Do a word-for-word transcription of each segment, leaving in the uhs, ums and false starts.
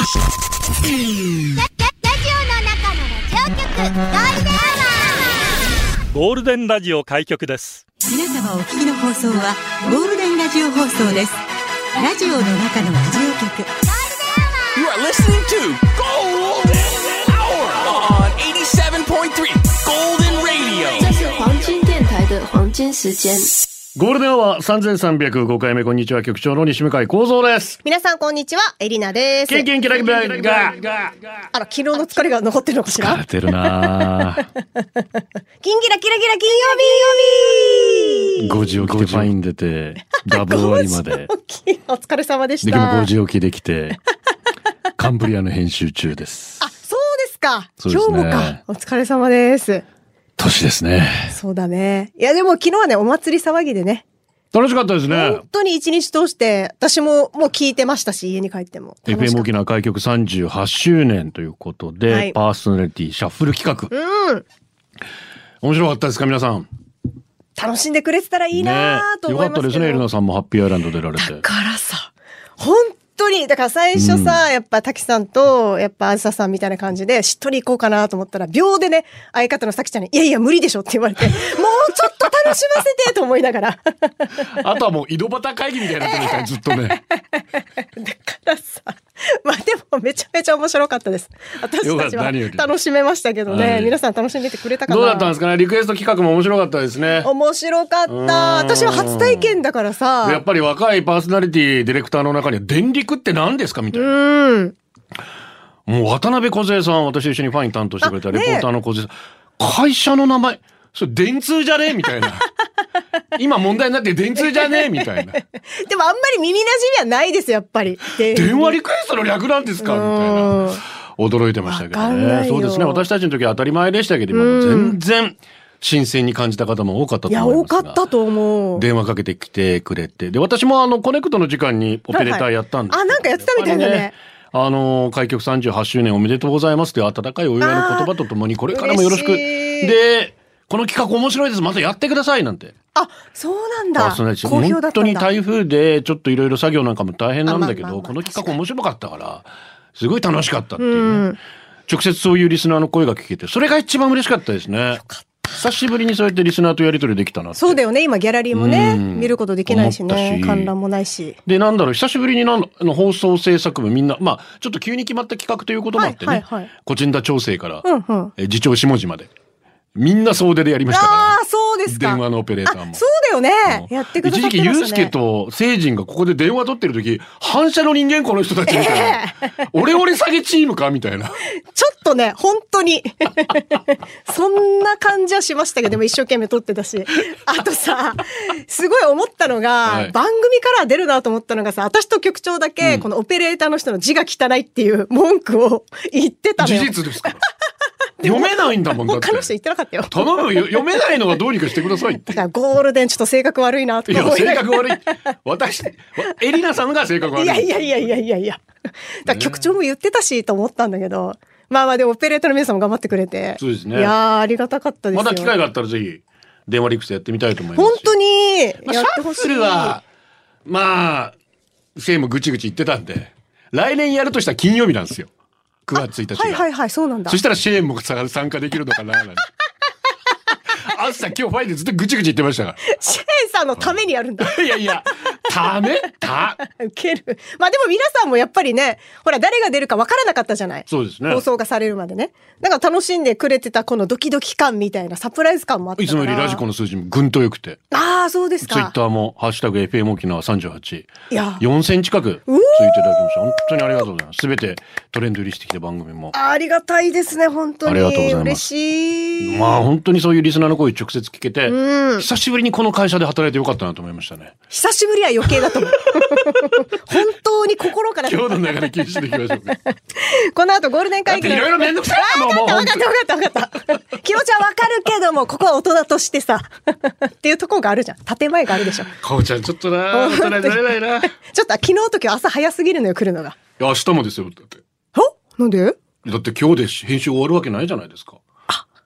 ゴールデンラジオ開局です。 皆様お聞きの放送はゴールデンラジオ放送です。ラジオの中のラジオ局 You are listening to Golden Hour on eighty-seven point three Golden Radio。 这是黄金電台的黄金時間。 ゴールデンアワーさんぜんさんびゃくごかいめ、こんにちは、局長の西向井光三です。 皆さんこんにちは、エリナです。 キンキンキラキラがあら、昨日の疲れが残ってるのかしら。 疲れてるなキンキラキラキラ金曜日ごじ起きてファイン出てダブ終わりまでお疲れ様でした。 でもごじ起きできてカンブリアの編集中です。 あ、そうですか。 そうですね、 今日もか。お疲れ様です。 年ですね。 そうだね。いやでも昨日はね、お祭り騒ぎでね、 楽しかったですね。 本当に一日通して私ももう聞いてましたし、家に帰ってもエフエム 沖縄開局さんじゅうはちしゅうねんということで、はい、パーソナリティシャッフル企画、うん、面白かったですか皆さん。 楽しんでくれてたらいいなと思いますけど、ね、よかったですね。 エルナさんもハッピーアイランド出られて。 だからさ、本当にだから最初さ、うん、やっぱ滝さんとやっぱあずささんみたいな感じでしっとり行こうかなと思ったら、秒でね、相方のさきちゃんにいやいや無理でしょって言われてもうちょっと楽しませてと思いながらあとはもう井戸端会議みたいになってるからずっとねだからさ、まあでもめちゃめちゃ面白かったです。私たちは楽しめましたけどね、はい、皆さん楽しんでてくれたかな。 どうだったんですかね。リクエスト企画も面白かったですね。 面白かった。私は初体験だからさ。 やっぱり若いパーソナリティディレクターの中には電力って何ですかみたいな。うん。もう渡辺梢さん、私と一緒にファイン担当してくれたレポーターの梢さん、ね、会社の名前それ電通じゃねみたいな今問題になって電通じゃねみたいなでもあんまり耳馴染みはないですやっぱり。 電話リクエストの略なんですかみたいな驚いてましたけどね。そうですね、私たちの時は当たり前でしたけど、今も全然新鮮に感じた方も多かったと思いますが。いや多かったと思う。電話かけてきてくれて、で私もあのコネクトの時間にオペレーターやったんですけど、はいはい、あなんかやってたみたいだね。あの開局さんじゅうはちしゅうねんおめでとうございますという温かいお祝いの言葉とともに、これからもよろしくで、この企画面白いです、またやってくださいなんて。 あ、そうなんだ。好評だったんだ。 本当に台風でちょっといろいろ作業なんかも大変なんだけど、この企画面白かったからすごい楽しかったっていうね、うん、直接そういうリスナーの声が聞けて、それが一番嬉しかったですね。よかった。久しぶりにそうやってリスナーとやり取りできたなって。そうだよね。 今ギャラリーもね、見ることできないしね、観覧もないし。で、 なんだろう、久しぶりになんの放送制作部みんな、まあちょっと急に決まった企画ということもあってね、はいはいはい、コチンダ調整から、うんうん、え次長下地までみんな総出でやりましたから、ね。 ああ、そうですか。 電話のオペレーターも。 そうだよね。やってくださってましたね。 一時期ユースケと聖人がここで電話取ってる時、反射の人間この人たちみたいな。えー、オレオレ下げチームかみたいな。ちょっとね、本当に。そんな感じはしましたけど、でも一生懸命撮ってたし。あとさ、すごい思ったのが、はい、番組から出るなと思ったのがさ、私と局長だけ、このオペレーターの人の字が汚いっていう文句を言ってたのよ。 事実ですか読めないんだもんだって。 他の人言ってなかったよ。 頼むよ、読めないのはどうにかしてくださいって。 だからゴールデンちょっと性格悪いなとか思い。 いや、性格悪い。私、エリナさんが性格悪い。 いやいやいやいやいやいや。だから局長も言ってたしと思ったんだけど、まあまあでもオペレーターの皆さんも頑張ってくれて。 そうですね。 いやーありがたかったですよ。 まだ機会があったらぜひ電話リクエストやってみたいと思います。 本当に。 まあ、シャッフルはまあせいもぐちぐち言ってたんで、来年やるとしたら金曜日なんですよ。くがつついたちが。 はいはいはい、そうなんだ。 そしたらシェーンも参加できるのかななんて。あさ今日ファイでずっとぐちぐち言ってましたから。 シェーンさんのためにやるんだ。 いやいや、ためたウケる。まあでも皆さんもやっぱりね、ほら誰が出るか分からなかったじゃない。 そうですね。 放送がされるまでね。だから楽しんでくれてたこのドキドキ感みたいなサプライズ感もあったから。 いつもよりラジコの数字もぐんと良くて。 ああ、そうですか。 ツイッターもハッシュタグ エフエム 沖縄さんじゅうはち。 いや。 よんせん近くついていただきました。本当にありがとうございます。すべてトレンド入りしてきた番組も。 ありがたいですね、本当に。 ありがとうございます。 嬉しい。 まあ本当にそういうリスナーの声直接聞けて、うん、久しぶりにこの会社で働いてよかったなと思いましたね。 久しぶりは余計だと思う。本当に心から。 今日の流れ気にしていきましょうね。 この後ゴールデン会議の。 いろいろめんどくさいなもう。 分かった分かった分かった分かった。気持ちはわかるけども、ここは大人としてさっていうところがあるじゃん。建前があるでしょ。 かおちゃんちょっとな大人になれないな。ちょっと昨日の時は朝早すぎるのよ来るのが。 いや明日もですよだって。 は？なんで？ だって今日で編集終わるわけないじゃないですか。 あ、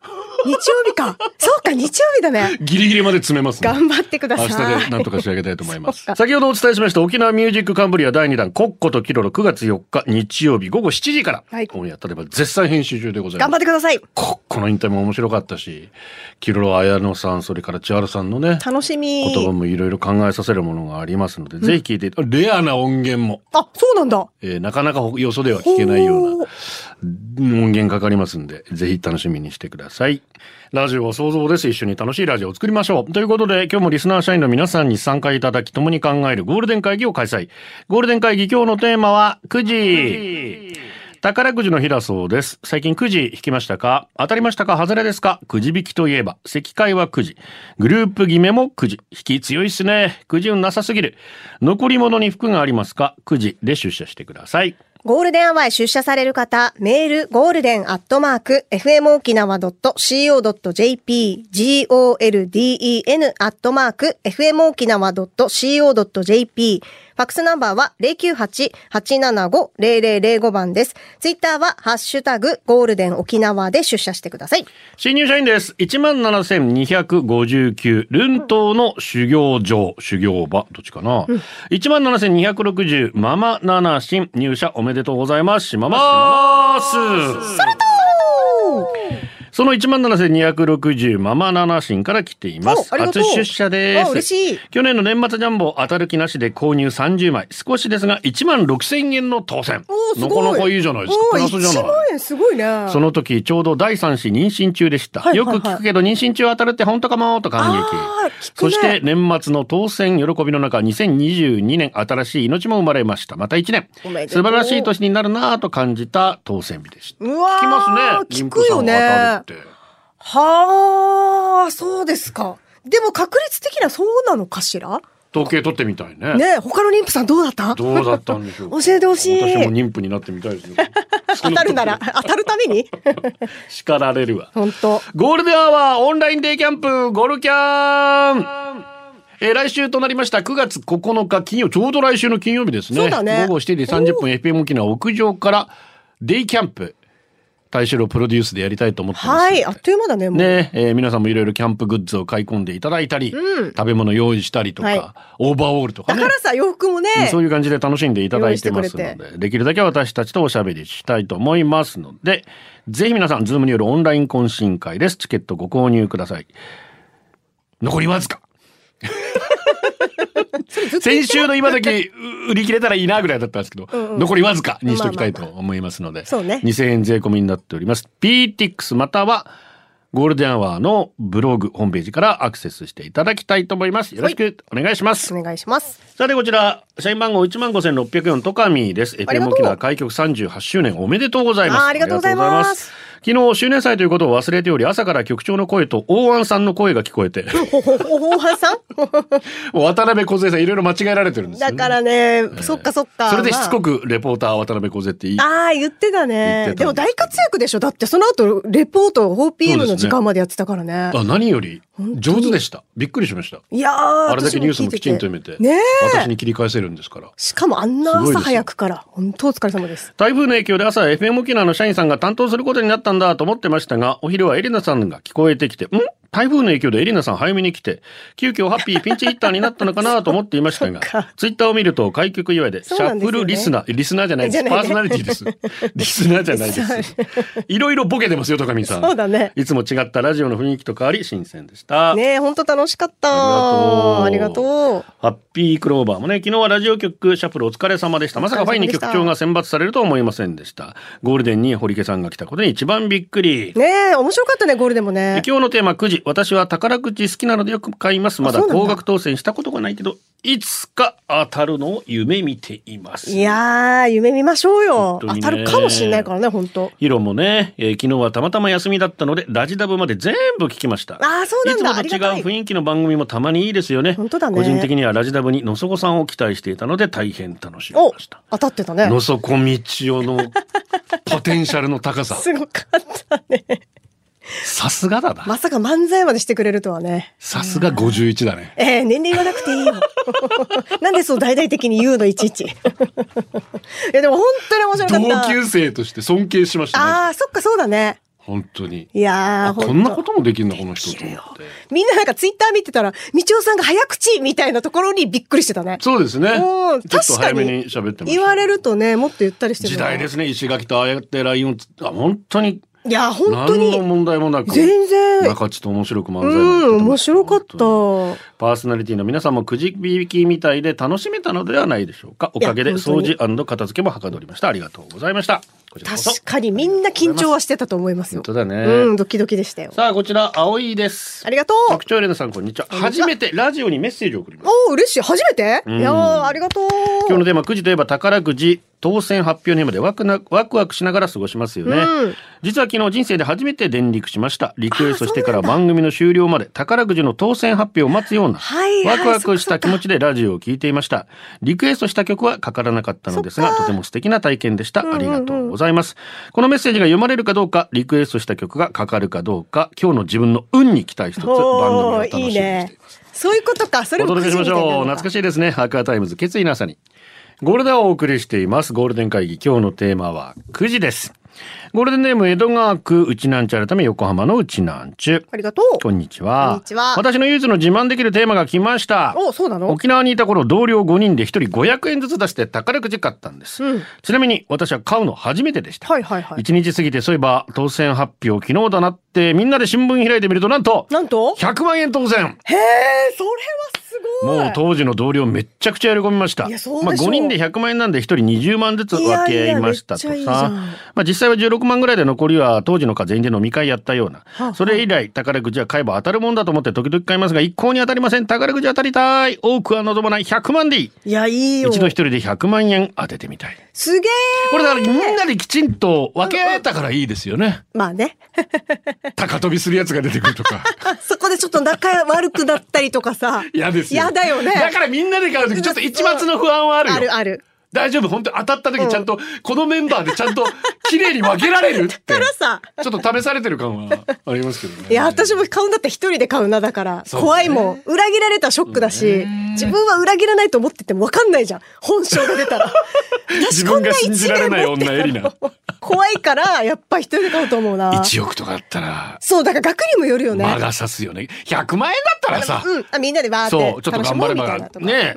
日曜日か。そうか、日曜日だね。 ギリギリまで詰めますね。 頑張ってください。 明日でなんとか仕上げたいと思います。先ほどお伝えしました沖縄ミュージックカンブリアだいにだんコッコとキロロくがつよっか日曜日ごごしちじから、はい、オンエア、例えば絶賛編集中でございます。 頑張ってください。 コッコのインタビューも面白かったし、キロロ綾乃さん、それから千春さんのね、 楽しみ。 言葉もいろいろ考えさせるものがありますので、うん、ぜひ聞いて、レアな音源も。 あ、そうなんだ。 えー、なかなかよそでは聞けないような音源かかりますんで、ぜひ楽しみにしてください。ラジオは想像です。一緒に楽しいラジオを作りましょう。ということで、今日もリスナー社員の皆さんに参加いただき、共に考えるゴールデン会議を開催。ゴールデン会議、今日のテーマはくじ。宝くじの日だそうです。最近くじ引きましたか？当たりましたか？外れですか？くじ引きといえば、席会はくじ。グループ決めもくじ。引き強いっすね。くじ運なさすぎる。残り物に服がありますか？くじで出社してください。 ゴールデンアワーへ出社される方、メール、ゴールデンアットマーク、エフエムオーキナワドットシーオードットジェーピー、ゴールデン アットマーク、エフエムオーキナワドットシーオードットジェーピー、ファックスナンバーは ゼロきゅうはち はちななご ゼロゼロゼロご 番です。ツイッターはハッシュタグゴールデン沖縄で出社してください。 新入社員です。いちまんななせんにひゃくごじゅうきゅう、ルン島の修行場、修行場、どっちかな、うん、いちまんななせんにひゃくろくじゅう、ママナナシン、入社おめでとうございます。しまますそれとその いちまんななせんにひゃくろくじゅうママナナシンから来ています。初出社です。 嬉しい。 去年の年末ジャンボ当たる気なしで購入さんじゅうまい。少しですがいちまんろくせんえんの当選。なかなかいいじゃないですか。プラスじゃない。いちまんえんすごいね。 その時ちょうどだいさん子妊娠中でした。はいはいはい、よく聞くけど妊娠中当たるって本当かもと感激。ね、そして年末の当選喜びの中、にせんにじゅうにねん新しい命も生まれました。またいちねん。素晴らしい年になるなぁと感じた当選日でした。 うわー、 聞きますね。 聞くよね。はあ、そうですか。でも確率的にはそうなのかしら？ 統計取ってみたいね。 ね、他の妊婦さんどうだった？ どうだったんでしょう。 教えてほしい。 私も妊婦になってみたいですよ。 当たるなら、当たるために叱られるわ。 本当。 ゴールデンアワーオンラインデイキャンプゴルキャン。えー、来週となりましたくがつここのか金曜、ちょうど来週の金曜日ですね。 そうだね。 ごごしちじさんじゅっぷん エフエム 沖縄屋上からデイキャンプ。大志郎プロデュースでやりたいと思ってます。 はい、あっという間だね。もうね、えー、皆さんもいろいろキャンプグッズを買い込んでいただいたり、うん、食べ物用意したりとか、はい、オーバーオールとかね。 だからさ、洋服もね、 うん、そういう感じで楽しんでいただいてますので、できるだけ私たちとおしゃべりしたいと思いますので、ぜひ皆さん、ズームによるオンライン懇親会です。チケットご購入ください。残りわずか。先週の今だけ売り切れたらいいなぐらいだったんですけど、うんうん、残りわずかにしときたいと思いますので、まあまあまあ、にせんえん税込みになっております。ピーティックス またはゴールデンアワーのブログホームページからアクセスしていただきたいと思います。よろしくお願いします。 お願いします。 さてこちら社員番号 いちまんごせんろっぴゃくよん トカミです。 エフエム 沖縄開局さんじゅうはちしゅうねんおめでとうございます。 あ, ありがとうございます。 昨日周年祭ということを忘れており、朝から局長の声と大安さんの声が聞こえて大安さん渡辺梢さんいろいろ間違えられてるんですよ、ね、 だからね、えー、そっかそっか。 それでしつこくレポーター渡辺梢って言いああ言ってたね。たでも大活躍でしょ。だってその後レポート フォーピーエム の時間までやってたからね。 あ、何より上手でした。びっくりしました。 いやー、 あれだけニュースもきちんと読めて、ね、私に切り返せるんですから。 しかもあんな朝早くから本当お疲れ様です。 台風の影響で朝 エフエム 沖縄の社員さんが担当することになったんだと思ってましたが、お昼はエリナさんが聞こえてきて、ん台風の影響でエリナさん早めに来て、急遽ハッピーピンチヒッターになったのかなと思っていましたがツイッターを見ると開局祝いでシャッフルリスナー、リスナーじゃないです、パーソナリティですリスナーじゃないですいろいろボケてますよ高見さん。 そうだね。 いつも違ったラジオの雰囲気と変わり新鮮でしたね。え本当楽しかった。ありがとう。 ハッピークローバーもね、昨日はラジオ局シャッフルお疲れ様でした。まさかファイに局長が選抜されるとは思いませんでした。ゴールデンに堀家さんが来たことに一番びっくりね。え面白かったねゴールデンもね。 今日のテーマくじ、私は宝くじ好きなのでよく買います。まだ高額当選したことがないけどいつか当たるのを夢見ています。 いやー夢見ましょうよ、ね、当たるかもしれないからね。本当ヒロもね、えー、昨日はたまたま休みだったのでラジダブまで全部聞きました。 あそうなんだ。 いつもと違う雰囲気の番組もたまにいいですよね。 本当だね。 個人的にはラジダブにのそこさんを期待していたので大変楽しみました。 当たってたね。 のそこみちおのポテンシャルの高さすごかったね。 さすがだな。まさか漫才までしてくれるとはね。 さすがごじゅういちだね。 えー、年齢言わなくていいよなんでそう大々的に言うのいちいちいやでも本当に面白かった。 同級生として尊敬しましたね。 ああそっかそうだね。 本当に。 いやー、 こんなこともできるのこの人と思って。 みんななんかツイッター見てたら、みちおさんが早口みたいなところにびっくりしてたね。 そうですね。 うん、 ちょっと早めに喋ってました。 言われるとね、もっとゆったりしてる。 時代ですね。石垣とああやってラインをつ、あ、本当に。 いや、本当に。 何の問題もなく。 全然。 中地と面白く漫才うん、面白かった。 パーソナリティの皆さんもくじ引きみたいで楽しめたのではないでしょうか。おかげで掃除&片付けもはかどりました。ありがとうございました。 確かにみんな緊張はしてたと思いますよ。 本当だね。 うん、ドキドキでしたよ。 さあ、こちら、葵です。 ありがとう。 局長エレナさん、こんにちは。初めてラジオにメッセージを送ります。 おー、嬉しい。初めて、いやー、ありがとう。 今日のテーマ、くじといえば宝くじ、当選発表にまでワクなワクワクしながら過ごしますよね、うん、実は昨日人生で初めて電力しました。リクエストしてから番組の終了まで宝くじの当選発表を待つような、はいはい、ワクワクした気持ちでラジオを聞いていました。リクエストした曲はかからなかったのですが、とても素敵な体験でした。ありがとうございます、うんうんうん、このメッセージが読まれるかどうか、リクエストした曲がかかるかどうか、今日の自分の運に期待しつつ番組を楽しみにしています。いいね、そういうことか。それもお届けしましょう。懐かしいですね。アクアタイムズ決意の朝にゴールデンをお送りしています。ゴールデン会議、今日のテーマはくじです。ゴールデンネーム江戸川区うちなんちゃ改め横浜のうちなんちゅ。 ありがとう。 こんにちは。 こんにちは。 私の唯一の自慢できるテーマが来ました。 お、そうなの？ 沖縄にいた頃、同僚ごにんでひとりごひゃくえんずつ出して宝くじ買ったんです、うん、ちなみに私は買うの初めてでした。はいはいはい。いちにち過ぎて、そういえば当選発表昨日だなってみんなで新聞開いてみると、なんとなんとひゃくまんえん当選。 へー、それはすごい。 もう当時の同僚めっちゃくちゃ喜びました。いや、そうでしょう。まあ、ごにんでひゃくまんえんなんでひとりにじゅうまんずつ分け合いましたとさ。いやいや、めっちゃいいじゃん。まあ、実際はじゅうろくまんぐらいで、残りは当時の家全員で飲み会やったような、はあ、それ以来宝くじは買えば当たるもんだと思って時々買いますが、一向に当たりません。宝くじ当たりたい。多くは望まない。ひゃくまんでいい。 いや、いいよ。 一度一人でひゃくまんえん当ててみたい。 すげー。 これだからみんなできちんと分け合えたからいいですよね。 まあね。 高飛びするやつが出てくるとか。 そこでちょっと仲悪くなったりとかさ。嫌ですよ。嫌だよね。 だからみんなで買うときちょっと一抹の不安はあるよ。 あるある。 大丈夫、本当に当たった時ちゃんと、このメンバーでちゃんと綺麗に分けられるって。だからさ、ちょっと試されてる感はありますけどね。 いや、私も買うんだって一人で買うな、だから。怖いもん。裏切られたらショックだし、自分は裏切らないと思ってても分かんないじゃん。本性が出たら。 自分が信じられない女エリナ。 怖いから、やっぱ一人で買うと思うな。 いちおくとかあったら。 そう、だから額にもよるよね。 魔が差すよね。ひゃくまんえんだったらさ。 うん。あ、みんなでバーって。 そう、ちょっと頑張ればね、うん、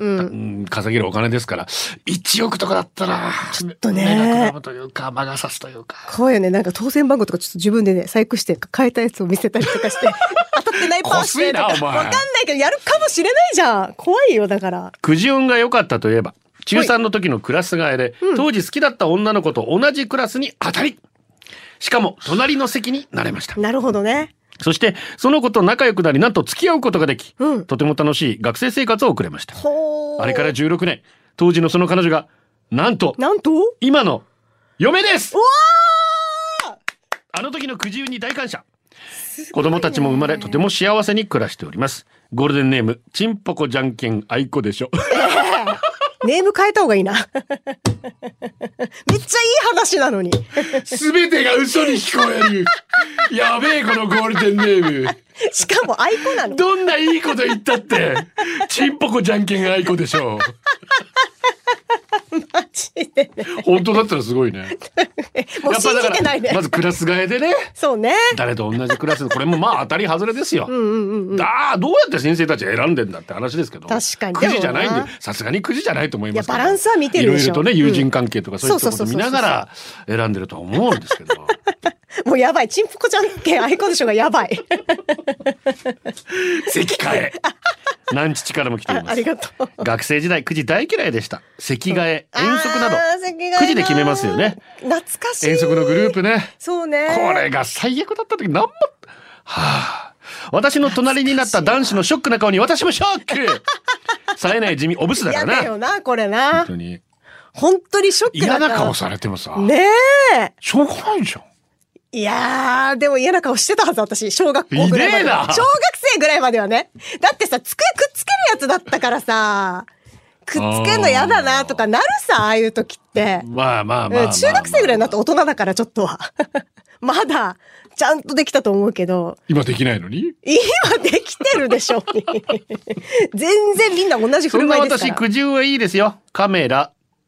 稼げるお金ですから。いちおくとかだったら。 ちょっとね。 目がくらむというか、魔が差すというか。 怖いよね。なんか当選番号とかちょっと自分でね、細工して変えたやつを見せたりとかして、当たってないパーしてとか。わかんないけど、やるかもしれないじゃん。怖いよ、だから。 くじ運が良かったといえば、中さんの時のクラス替えで、うん、当時好きだった女の子と同じクラスに当たり。しかも、隣の席になれました。 なるほどね。 そして、その子と仲良くなり、なんと付き合うことができ、うん、とても楽しい学生生活を送れました。あれからじゅうろくねん、当時のその彼女が、なんと、 なんと今の嫁です。 わー！あの時のくじ運に大感謝。子供たちも生まれ、とても幸せに暮らしております。ゴールデンネーム、ちんぽこじゃんけんあいこでしょ。 ネーム変えた方がいいな。めっちゃいい話なのに。 すべてが嘘に聞こえる。やべえ、このゴールデンネーム。 しかもあいこなの。 どんないいこと言ったって、ちんぽこじゃんけんあいこでしょ。 マジで、ね、 本当だったらすごいね。 もう信じてないね。 まずクラス替えでね。 そうね。 誰と同じクラスで、これもまあ当たり外れですよ。うんうんうん。だどうやって先生たち選んでんだって話ですけど。 確かに。 くじじゃないんで、さすがにくじじゃないと思いますけど。 いや、バランスは見てるでしょ。 いろいろとね、友人関係とかそういったこと見ながら選んでるとは思うんですけど。 もうやばい。チンポコちゃんけんあいこでしょがやばい。 席替え。何父からも来ています。 あ, ありがとう。 学生時代くじ大嫌いでした。席替え、遠足などくじで決めますよね。 懐かしい。 遠足のグループね。 そうね。 これが最悪だった時なんも、はあ、私の隣になった男子のショックな顔に私もショック。冴えない地味おブスだからな。 嫌だよなこれな。 本当に。 本当にショック嫌な顔されてもさ。 ねえ。 しょうがないじゃん。 いやー、でも嫌な顔してたはず、私。小学校ぐらいまで。 いねえな。 小学生ぐらいまではね。だってさ、机くっつけるやつだったからさ、くっつけるの嫌だなとかなるさ、ああいう時って。 まあまあまあ、まあ。 中学生ぐらいになって大人だからちょっとは。まだ、ちゃんとできたと思うけど。 今できないのに？ 今できてるでしょ。全然みんな同じ振る舞いですから。 そんな私、くじ運はいいですよ。カメラ。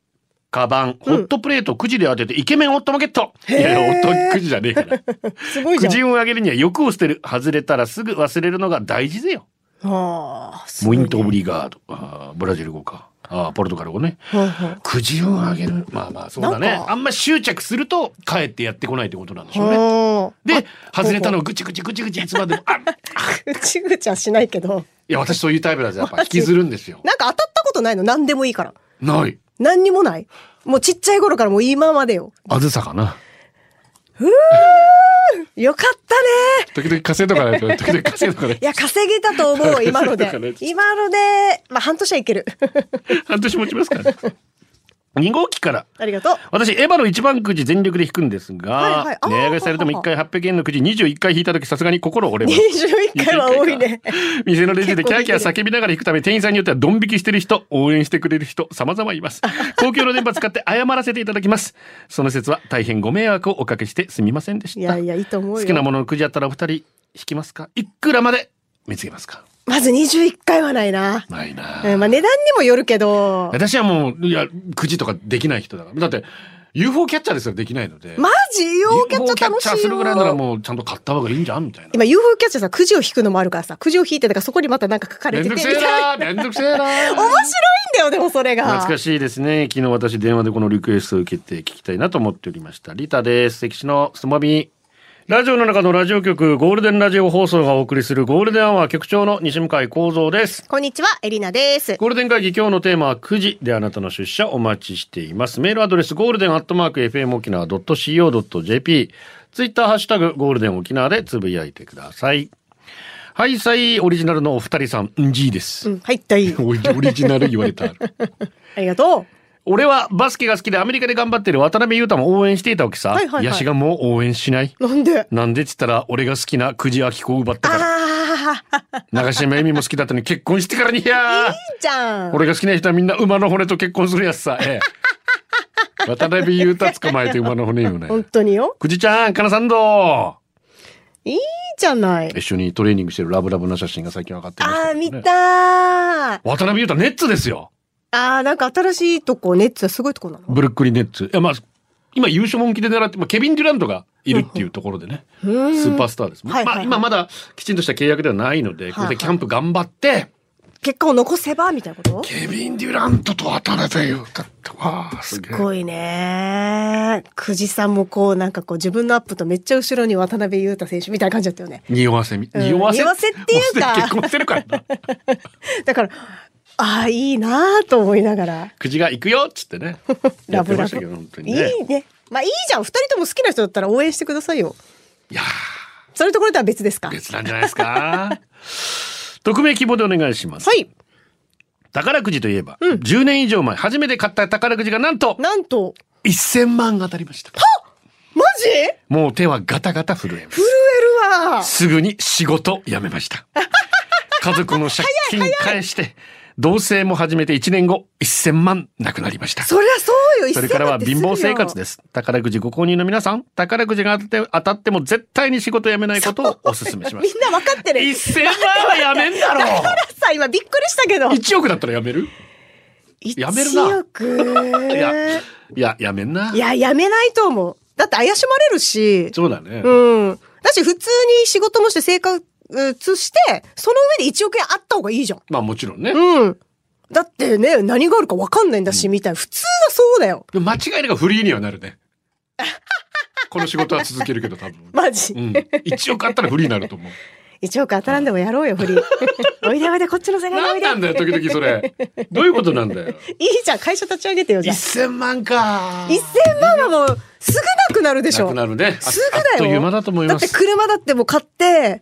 カバン、ホットプレートくじで当ててイケメン夫もゲット。いや、夫くじじゃねえから。 すごいじゃん。 くじ運を上げるには欲を捨てる。外れたらすぐ忘れるのが大事ぜよ。 はあ、 モイントオブリガード。あブラジル語か。あポルトガル語ね。くじ運を上げる。まあまあそうだね。あんま執着すると帰ってやってこないってことなんでしょうね。で、外れたのをぐちぐちぐちぐちいつまでも。 ぐちぐちはしないけど。 いや、私そういうタイプだぜ。やっぱ引きずるんですよ。 なんか当たったことないの？何でもいいから。 ない。 何にもない。もうちっちゃい頃からもう今までよ。 あずさかな。 うーよかったね。 時々稼いとかないと、時々稼いとかない。 いや、稼げたと思う、今ので。今ので、まあ半年はいける。 半年持ちますからね。に号機からありがとう。 私エヴァの一番くじ全力で引くんですが、 はいはい、 値上げされてもいっかいはっぴゃくえんのくじにじゅういっかい引いた時さすがに心折れます。 にじゅういっかいは多いね。 店のレジでキャーキャー叫びながら引くため店員さんによってはドン引きしてる人、応援してくれる人様々います。公共の電波使って謝らせていただきます。その説は大変ご迷惑をおかけしてすみませんでした。 いやいや、いいと思うよ。 好きなもののくじあったらお二人引きますか？いくらまで見つけますか？ まずにじゅういっかいはないな。 ないな。 うん、まあ値段にもよるけど。 私はもう、いや、くじとかできない人だから。だって、ユーフォー キャッチャーですらできないので。 マジ ユーフォー キャッチャー楽しいよ。ユーフォー キャッチャーするぐらいならもうちゃんと買った方がいいんじゃんみたいな。 今 ユーフォー キャッチャーさ、くじを引くのもあるからさ、くじを引いてたからそこにまたなんか書かれてて。 めんどくせえなめんどくせえな面白いんだよ、でもそれが。 懐かしいですね。昨日私電話でこのリクエストを受けて聞きたいなと思っておりました。リタです。関市のすまみ。ラジオの中のラジオ局ゴールデンラジオ放送がお送りするゴールデンアワー局長の西向井光三です。 こんにちは、エリナです。 ゴールデン会議今日のテーマはくじであなたの出社お待ちしています。メールアドレスゴールデンアットマーク エフエム 沖縄 ドットシーオー ドット ジェーピー ツイッターハッシュタグゴールデン沖縄でつぶやいてください。はい、さいオリジナルのお二人さん、んじーです。 うん、はい、たい。 オリジナル言われた。 ありがとう。 俺はバスケが好きでアメリカで頑張ってる渡辺裕太も応援していたわけさ。はいはいはい、ヤシがもう応援しない。 なんでなんでって言ったら俺が好きな久慈明子を奪ったから。長島由美も好きだったのに結婚してからにやいいじゃん。 俺が好きな人はみんな馬の骨と結婚するやつさ。ええ、渡辺裕太捕まえて馬の骨言うね。 本当によ。 久慈ちゃん、かなさんどういいじゃない。 一緒にトレーニングしてるラブラブな写真が最近上がってました、ね。 あー、見たー。 渡辺裕太ネッツですよ。 あー、なんか新しいとこ、ネッツはすごいとこなの？ ブルックリンネッツ。いや、まあ、今優勝本気で狙って、まあ、ケビン・デュラントがいるっていうところでね、スーパースターです。 はいはいはい、 まあ、今まだきちんとした契約ではないので、ここでキャンプ頑張って、はいはい、 結果を残せばみたいなこと？ ケビン・デュラントと渡辺裕太ってわー、すげえ。 すごいね。久慈さんもこう、なんかこう、自分のアップとめっちゃ後ろに渡辺裕太選手みたいな感じだったよね。 匂わせみ、 匂わせ、うん、匂わせっていうか。 結婚してるからな。 だから、ああ、いいなと思いながら。 久慈が行くよっつってね。 ラブラブ。本当にね、いいね。まあいいじゃん。二人とも好きな人だったら応援してくださいよ。 いやー。 そういうところとは別ですか？ 別なんじゃないですか。匿名希望でお願いします。 はい。 宝くじといえば、うん、じゅうねん以上前、初めて買った宝くじがなんと、 なんと、 せんまん当たりました。 はっ！マジ？ もう手はガタガタ震えます。 震えるわ。 すぐに仕事辞めました。家族の借金返して、同棲も始めていちねんご、せんまんなくなりました。 そりゃそうよ。 それからは貧乏生活です。宝くじご購入の皆さん、宝くじが当たって当たっても絶対に仕事辞めないことをお勧めします。 みんな分かってる。 せんまんは辞めんだろう。 だからさ、今びっくりしたけど。 いちおくだったら辞める？辞めるな。 いちおく。 いや、いや、辞めんな。 いや、辞めないと思う。だって怪しまれるし。 そうだね。 うん。だし普通に仕事もして生活して、その上でいちおくえんあった方がいいじゃん。 まあもちろんね。 うん。だってね、何があるか分かんないんだし、うん、みたいな。普通はそうだよ。 でも間違いなくフリーにはなるね。この仕事は続けるけど多分。 マジ、 うん、いちおくあったらフリーになると思う。 いちおく当たらんでもやろうよ、フリー。おいでおいで、こっちの世界においで。 なんなんだよ、時々それ。どういうことなんだよ。 いいじゃん、会社立ち上げてよ、じゃあ。 せんまんか。 せんまんはもう、すぐなくなるでしょ。 なくなるね。 すぐだよ。 あっという間だと思います。 だって車だってもう買って、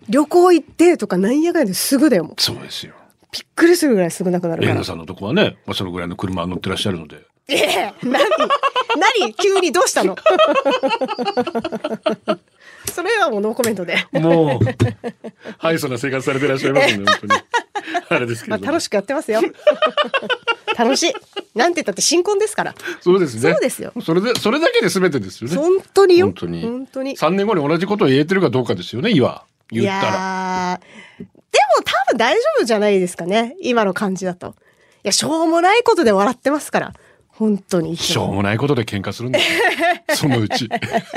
旅行行ってとかなんやかんやですぐだよ、もう。 そうですよ。 びっくりするぐらいすぐなくなるから。 レイナさんのとこはね、まあ、そのぐらいの車乗ってらっしゃるので。 ええー、何何急にどうしたのそれはもうノーコメントで。 もう、ハイソな生活されてらっしゃいますね、本当に。あれですけど。 まあ、楽しくやってますよ。楽しい。なんて言ったって新婚ですから。 そうですね。 そうですよ。 それで、それだけで全てですよね。 本当によ。 本当に。 本当に。 さんねんごに同じことを言えてるかどうかですよね、今。言ったら。いやでも多分大丈夫じゃないですかね。今の感じだと。いや、しょうもないことで笑ってますから。 本当に。 しょうもないことで喧嘩するんだよ。そのうち。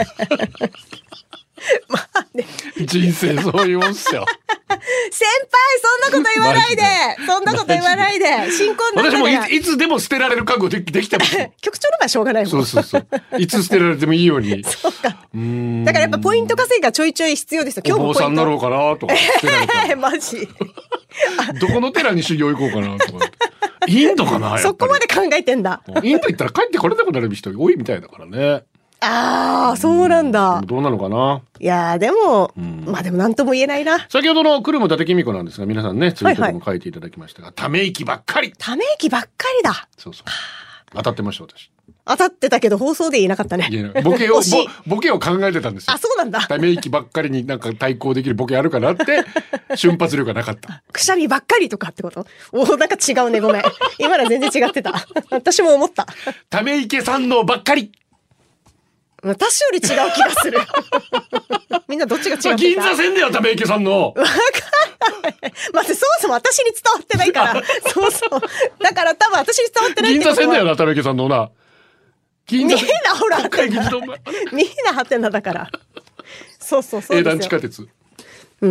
まあね。 人生そういうもんっすよ。 先輩、そんなこと言わないで。そんなこと言わないで。新婚なんだから。 私もいつ、いつでも捨てられる覚悟でできてます。 局長の場合はしょうがないもん。 そうそうそう。いつ捨てられてもいいように。 そうか。うーん。だからやっぱポイント稼ぎがちょいちょい必要ですよ。 今日もお坊さんになろうかなとか。 マジ。 どこの寺に修行行こうかなとか。インドかな。 そこまで考えてんだ。 インド行ったら帰ってこれなくなる人多いみたいだからね。 ああ、そうなんだ。 どうなのかな。 いやーでも、まあでも何とも言えないな。 先ほどのクルム伊達公子なんですが、皆さんね、ツイートでも書いていただきましたが、ため息ばっかり。 ため息ばっかりだ。 そうそう。当たってました私。 当たってたけど放送で言えなかったね。 ボケをボ、ボケを考えてたんですよ。 あ、そうなんだ。 ため息ばっかりになんか対抗できるボケあるかなって瞬発力がなかった。 くしゃみばっかりとかってこと？おー、なんか違うね、ごめん。今のは全然違ってた。私も思った。 ため池三能ばっかり。 私より違う気がする。みんなどっちが違う？ 銀座線だよ、ため池さんの。わかんない。 待って、そもそも私に伝わってないから。そうそう。だから多分私に伝わってないってことは。 銀座線だよな、ため池さんのな。 銀座線。みんなほら、みんなハテナだから。そうそうそう。 営団地下鉄。 うん。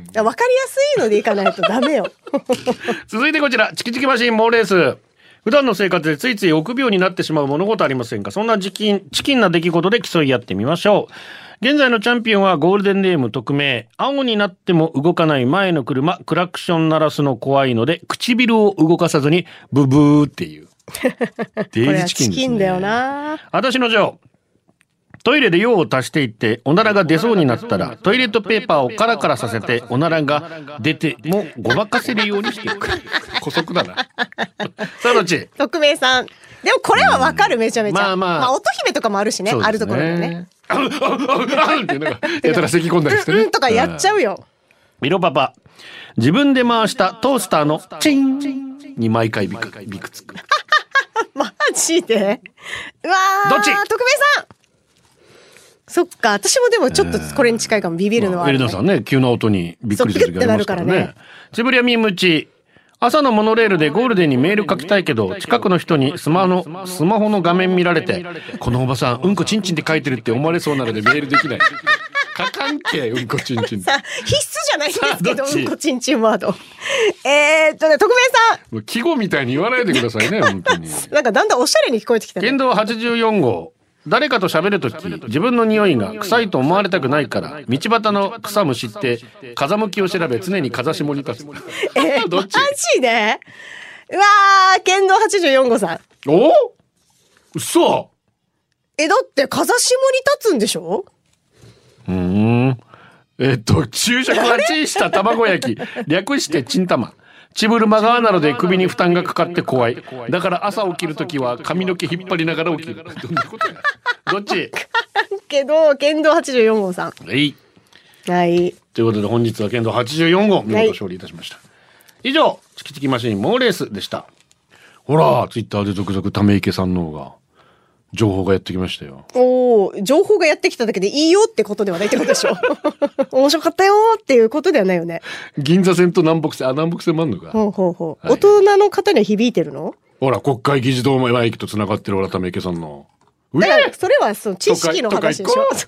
わかりやすいのでいかないとダメよ。 続いてこちら、チキチキマシンモーレース。普段の生活でついつい臆病になってしまう物事ありませんか？そんなチキン、チキンな出来事で競い合ってみましょう。現在のチャンピオンはゴールデンネーム匿名。青になっても動かない前の車、クラクション鳴らすの怖いので、唇を動かさずにブブーっていう。デイジチキンですね。これはチキンだよな。 私のジョー。トイレで用を足していっておならが出そうになったらトイレットペーパーをカラカラさせておならが出てもごまかせるようにしていく。姑息だな。さあどっち？ 匿名さん。でもこれはわかる、めちゃめちゃ。 まあまあ。 まあ乙姫とかもあるしね。あるところでね。 あんあんあんってなんかやたら咳込んだりしてね。 うんとかやっちゃうよ。 ミロパパ。自分で回したトースターのチンに毎回ビクビクつく。 マジで？うわー。 どっち？ 匿名さん。そっか、私もでもちょっとこれに近いかも、ビビるのは、ね。 エリナさんね、急な音にびっくりする時ありますからね。ねチブリアミムチ。朝のモノレールでゴールデンにメール書きたいけど、近くの人にスマホの、スマホの画面見られて、このおばさん、うんこちんちんって書いてるって思われそうなのでメールできない。書かんけ、うんこちんちん。 さあ、必須じゃないんですけど、うんこちんちんワード。えーっとね、匿名さん。 もう季語みたいに言わないでくださいね、本当に。 なんかだんだんおしゃれに聞こえてきたね。 県道はちじゅうよん号。誰かと喋るとき、自分の匂いが臭いと思われたくないから、道端の草むしって、風向きを調べ、常に風下に立つ。 えー、どっち？マジで？うわー、県道はちじゅうよん号さん。 お？嘘？ え、だって風下に立つんでしょ？ うーん。えっと、昼食はチンした卵焼き、略してチン玉。チブルマ側なので首に負担がかかって怖い。だから朝起きるときは髪の毛引っ張りながら起きる。どんなことや。どっち？ けど、県道はちじゅうよん号さん。 はい。 はい。 ということで本日は県道はちじゅうよん号、見事勝利いたしました。はい、以上、チキチキマシンモーレースでした。ほら、ツイッターで続々ため池さんの方が、情報がやってきましたよ。 おー、情報がやってきただけでいいよってことではないってことでしょ。面白かったよっていうことではないよね。 銀座線と南北線、あ、南北線もあんのか。 ほうほうほう。はい、大人の方には響いてるの？ ほら、国会議事堂前駅と繋がってるほら、ため池さんの。 だからそれはその知識の話でしょ。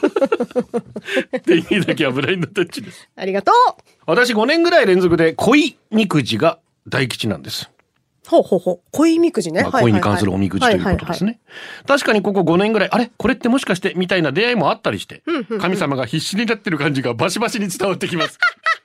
手にだけはブラインドタッチです。 ありがとう。 私ごねんぐらい連続で恋みくじが大吉なんです。 ほうほうほう。恋みくじね。 まあ、恋に関するおみくじということですね。確かにここごねんぐらい、あれこれってもしかしてみたいな出会いもあったりして、うんうんうん、神様が必死になってる感じがバシバシに伝わってきます。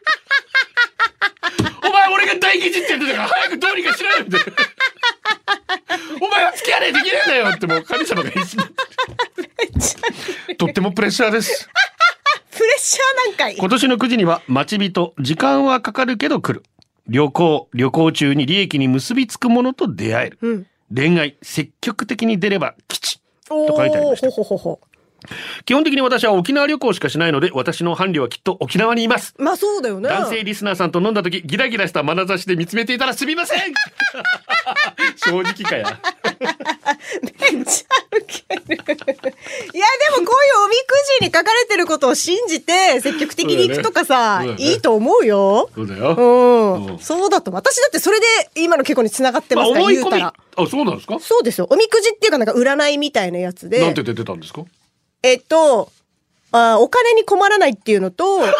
お前俺が大吉って言ってたから早くどうにかしろよって。お前は付き合わないといけないんだよってもう神様が必死になってる。とってもプレッシャーです。 プレッシャーなんかい。 今年のくじには待ち人、時間はかかるけど来る。旅行、旅行中に利益に結びつくものと出会える。うん、恋愛、積極的に出れば吉と書いてありました。 ほほほほ。 基本的に私は沖縄旅行しかしないので、私の伴侶はきっと沖縄にいます。 まあそうだよね。 男性リスナーさんと飲んだ時、ギラギラした眼差しで見つめていたらすみません。正直かや。 めっちゃウケる。いやでもこういうおみくに書かれてることを信じて積極的に行くとかさ、 そうだねいいと思うよ。 そうだよ。 うん。 うんそうだと。私だってそれで今の結婚に繋がってますから、 まあ思い込み言うたら。 あ、そうなんですか？ そうですよ。おみくじっていうかなんか占いみたいなやつで。 なんて出てたんですか？ えっと、あ、お金に困らないっていうのと、それは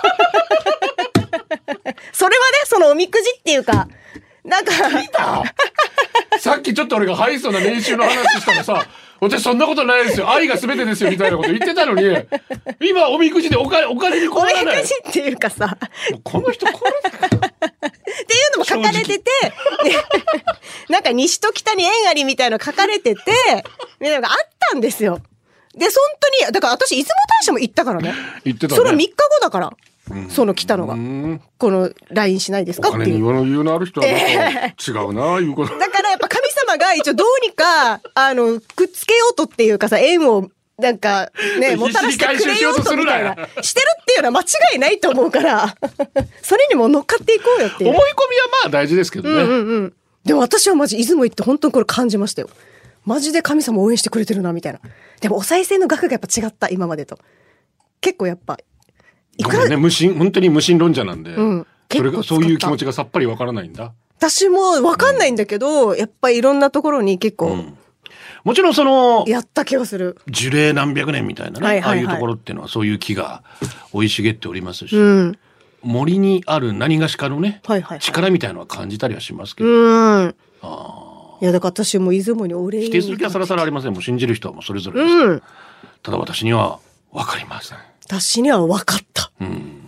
ね、そのおみくじっていうか、なんか、 さっきちょっと俺がハイソな年収の話したらさ、私そんなことないですよ。愛が全てですよみたいなこと言ってたのに、今おみくじでお金、お金に困おらない。 みくじっていうかさ、 もうこの人これだから。 っていうのも書かれてて、でなんか西と北に縁ありみたいなの書かれてて、でなんかあったんですよ。で、本当に、だから私、出雲大社も行ったからね。 言ってたね。 そのみっかごだから、その来たのが。この ライン しないですかっていう。 お金に言わの言うのある人はなんか違うな、いうこと。 だからやっぱ神様が一応どうにか、あの、くっつけようとっていうかさ、縁を、なんか、ね、もたらしてくれようとみたいな、してるっていうのは間違いないと思うから、それにも乗っかっていこうよっていう。 思い込みはまあ大事ですけどね。 うんうんうん。でも私はマジ、出雲行って本当にこれ感じましたよ。マジで神様応援してくれてるな、みたいな。でもお賽銭の額がやっぱ違った、今までと。結構やっぱ、 いくらね、無心、本当に無心論者なんで、うん、それが、そういう気持ちがさっぱりわからないんだ。 私もわかんないんだけど、うん、やっぱりいろんなところに結構、うん、 もちろんその、 やった気がする。 樹齢何百年みたいなね、はいはいはい、ああいうところっていうのはそういう木が生い茂っておりますし、うん、森にある何がしかのね、はいはいはい、力みたいなのは感じたりはしますけど。うん。あいやだから私も出雲にお礼に否定する気はさらさらありません。もう信じる人はもうそれぞれです、うん、ただ私には分かりません。 私には分かった、うん、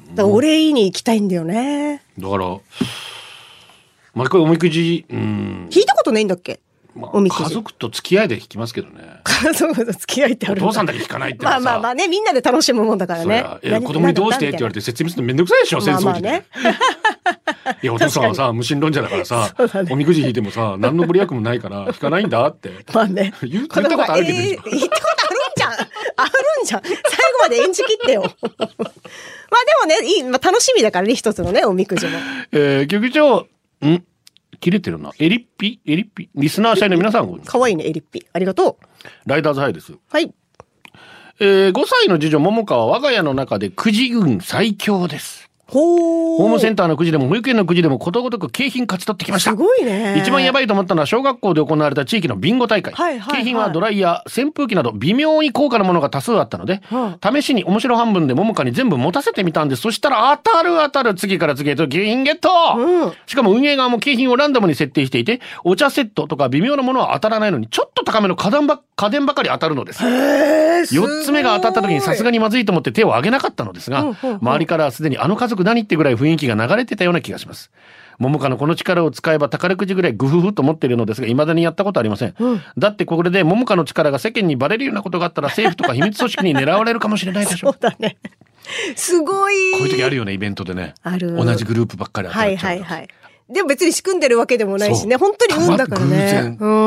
だからお礼に行きたいんだよね。 だから毎回おみくじ、うん、 引いたことないんだっけ、 まあ、家族と付き合いで引きますけどね。 家族と付き合いってあるんだ。 お父さんだけ引かないってまあまあまあね、みんなで楽しむもんだからね。 いや子供にどうしてって言われて説明するのめんどくさいでしょ、戦争時で、まあまあねいやお父さんはさ無心論者だからさ、ね、おみくじ引いてもさ何のご利益もないから引かないんだってまあね言ったことあるけど、えー、言ったことあるんじゃんあるんじゃん最後まで演じ切ってよまあでもねいい、まあ、楽しみだからね一つのねおみくじも。 えー、局長ん切れてるな。エリッピエリッピリスナー社員の皆さんかわいいねエリッピありがとう。 ライダーズハイです。 はい。 えー、ごさいの次女桃香は我が家の中でくじ運最強です。 ほー。 ホームセンターのくじでも保育園のくじでもことごとく景品勝ち取ってきました。 すごいね。 一番やばいと思ったのは小学校で行われた地域のビンゴ大会、はいはいはい、景品はドライヤー扇風機など微妙に高価なものが多数あったので、はあ、試しに面白半分で桃香に全部持たせてみたんです。そしたら当たる当たる次から次へと景品ゲット、うん、しかも運営側も景品をランダムに設定していてお茶セットとか微妙なものは当たらないのにちょっと高めの家電ば家電ばかり当たるのです。 へー、すごい。 よっつめが当たった時にさすがにまずいと思って手を挙げなかったのですが、うんうんうん、周りからすでにあの家族何ってぐらい雰囲気が流れてたような気がします。桃香のこの力を使えば宝くじぐらいグフフと思っているのですが未だにやったことありません、うん、だってこれで桃香の力が世間にバレるようなことがあったら政府とか秘密組織に狙われるかもしれないでしょそうだねすごい。 こういう時あるよねイベントでね。 ある。 同じグループばっかり当たっちゃう。はいはいはい。 でも別に仕組んでるわけでもないしね本当に運だからね。うん。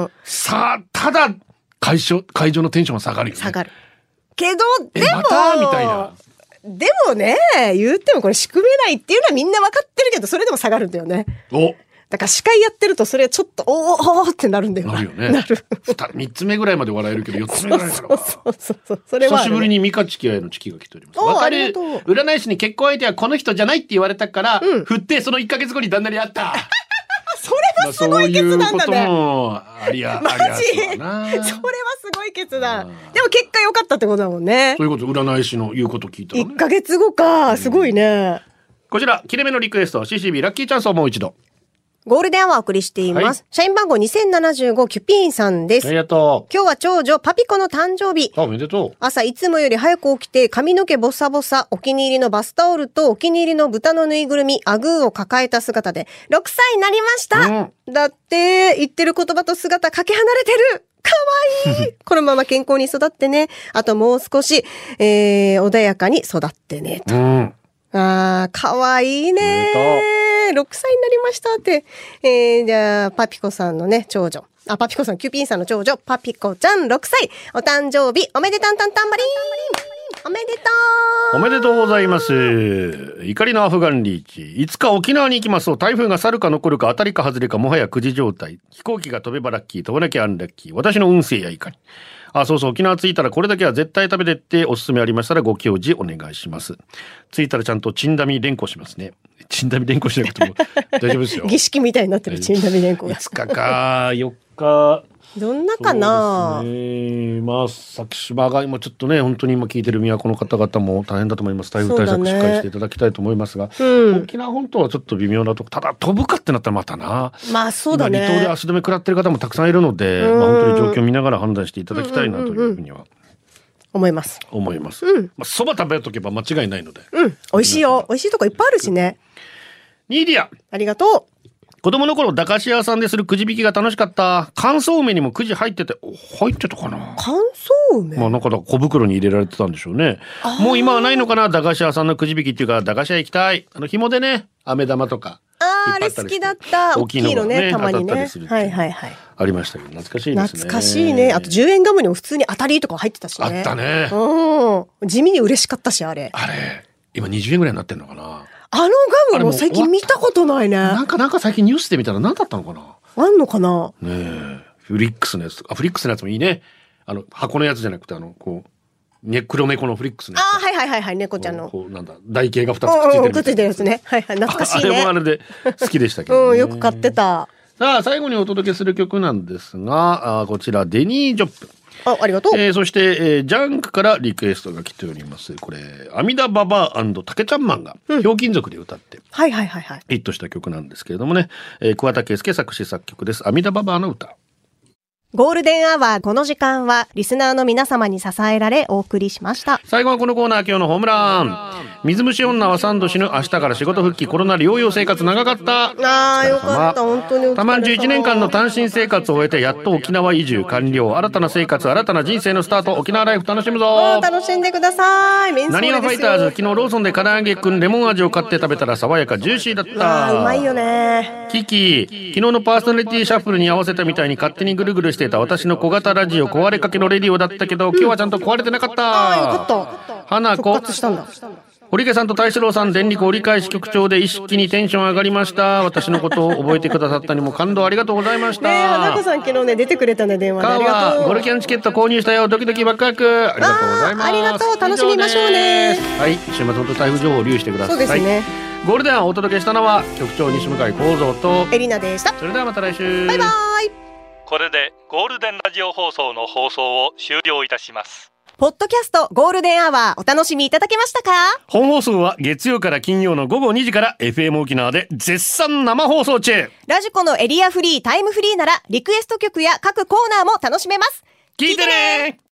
さあただ会場会場のテンションは下がるよね。 下がる。けどでもまたみたいな。 でもね、言ってもこれ仕組めないっていうのはみんな分かってるけど、それでも下がるんだよね。 おだから司会やってるとそれちょっと、おーおーってなるんだよ。 なるよね。 なる。 みっつめぐらいまで笑えるけど、よっつめぐらいからは。 そうそうそう。それは、 ね。久しぶりにミカチキアへのチキが来ております。わかる。占い師に結婚相手はこの人じゃないって言われたから、うん、振ってそのいっかげつごに旦那に会った。 それはすごい決断だね。 そういうこともありゃ、 マジ。 ありゃそれはすごい決断。でも結果良かったってことだもんね。 そういうこと、占い師の言うこと聞いたら、ね。 いっかげつごか、すごいね。 こちら、切れ目のリクエスト、シーシービー ラッキーチャンスをもう一度。 ゴールデンアワーお送りしています。はい、社員番号にせんななじゅうごキュピーンさんです。 ありがとう。 今日は長女パピコの誕生日。 あ、おめでとう。 朝いつもより早く起きて髪の毛ボサボサ、お気に入りのバスタオルとお気に入りの豚のぬいぐるみアグーを抱えた姿でろくさいになりました。うん、だって言ってる言葉と姿かけ離れてる。かわいい。このまま健康に育ってね。あともう少し、えー、穏やかに育ってねと。うん、あー、かわいいね。ろくさいになりましたって。えー、じゃあ、パピコさんのね、長女。あ、パピコさん、キューピンさんの長女、パピコちゃんろくさい。お誕生日、おめでたんたんたんばりーん。おめでとう。 おめでとうございます。怒りのアフガンリーチ。いつか沖縄に行きますと、台風が去るか残るか当たりか外れかもはやくじ状態。飛行機が飛べばラッキー、飛ばなきゃアンラッキー。私の運勢やいかに。 あ、そうそう、沖縄着いたらこれだけは絶対食べてっておすすめありましたらご教示お願いします。着いたらちゃんとチンダミ連呼しますね。チンダミ連呼しなくても大丈夫ですよ。 儀式みたいになってるチンダミ連呼が。 いつかか、よっか。 どんなかな。 そうですね、まあ先島が今ちょっとね、本当に今聞いてる都の方々も大変だと思います。台風対策しっかりしていただきたいと思いますが、うん、沖縄本島はちょっと微妙なとこ、ただ飛ぶかってなったらまたな、 まあそうだね、 離島で足止め食らってる方もたくさんいるので、まあ、本当に状況を見ながら判断していただきたいなというふうには、うんうんうん、 思います思います。 うん、 まあ、そば食べとけば間違いないので、 うん、美味しいよ。美味しいとこいっぱいあるしね。 ニーディア、 ありがとう。 子供の頃駄菓子屋さんでするくじ引きが楽しかった。乾燥梅にもくじ入ってて、入ってたかな。 乾燥梅、 まあなんか小袋に入れられてたんでしょうね。もう今はないのかな、駄菓子屋さんのくじ引きっていうか、駄菓子屋行きたい。あの紐でね、飴玉とか、 あー、あれ好きだった。大きいのね、たまにね。はいはいはい。 ありましたけど、懐かしいですね。 懐かしいね。あとじゅうえんガムにも普通に当たりとか入ってたしね。 あったね。 うん。地味に嬉しかったし、あれ。 あれ、今にじゅうえんぐらいになってんのかな。 あのガムも最近見たことないね。 なんかなんか最近ニュースで見たら何だったのかな。 あんのかな。 ねえ、フリックスのやつ、あ、フリックスのやつもいいね。あの箱のやつじゃなくて、あのこうね、黒猫のフリックスのやつ。 あ、はいはいはいはい、猫ちゃんの。 こうなんだ、台形がふたつくっついてる。 くっついてるやつね。はいはい、懐かしいね。 あれもあれで好きでしたけど、ね。 うん、よく買ってた。 さあ最後にお届けする曲なんですが、あ、こちらデニー・ジョップ。 あ、ありがとう。 えー、そして、えー、ジャンクからリクエストが来ております。これ阿弥陀ババアタケちゃんマンが、うん、ひょうきん族で歌って、 はいはいはいはい、 ヒットした曲なんですけれどもね、えー、桑田佳祐作詞作曲です。阿弥陀ババアの歌。 ゴールデンアワー、この時間はリスナーの皆様に支えられお送りしました。 最後はこのコーナー、今日のホームラン。水虫女はさんど死ぬ、明日から仕事復帰、コロナ療養生活長かった。 あー、よかった。本当にお疲れ様。 たまんじゅういちねんかんの単身生活を終えてやっと沖縄移住完了。新たな生活、新たな人生のスタート。沖縄ライフ楽しむぞ。 楽しんでください。メンソーレですよ。 なにわファイターズ、昨日ローソンで唐揚げくんレモン味を買って食べたら爽やかジューシーだった。 あー、うまいよね。 キキ、昨日のパーソナリティシャッフルに合わせたみたいに勝手にぐるぐるしていた私の小型ラジオ、壊れかけのレディオだったけど、今日はちゃんと壊れてなかった。 ああ、よかった。 花子、堀家さんと大志郎さん、電力折り返し局長で一気にテンション上がりました。私のことを覚えてくださったにも感動ありがとうございました。 ねえ、花子さん昨日ね出てくれたね、電話で。ありがとう。 ゴルキャンチケット購入したよ。ドキドキワクワク。ありがとうございます。 ありがとう。楽しみましょうね。 はい、週末の台風情報を留意してください。 そうですね。 ゴールデンをお届けしたのは局長西向井光三とエリナでした。 それではまた来週。 バイバイ。 これでゴールデンラジオ放送の放送を終了いたします。 ポッドキャストゴールデンアワー、お楽しみいただけましたか？ 本放送は月曜から金曜のごごにじから エフエム 沖縄で絶賛生放送中。 ラジコのエリアフリー、タイムフリーならリクエスト曲や各コーナーも楽しめます。 聞いてね。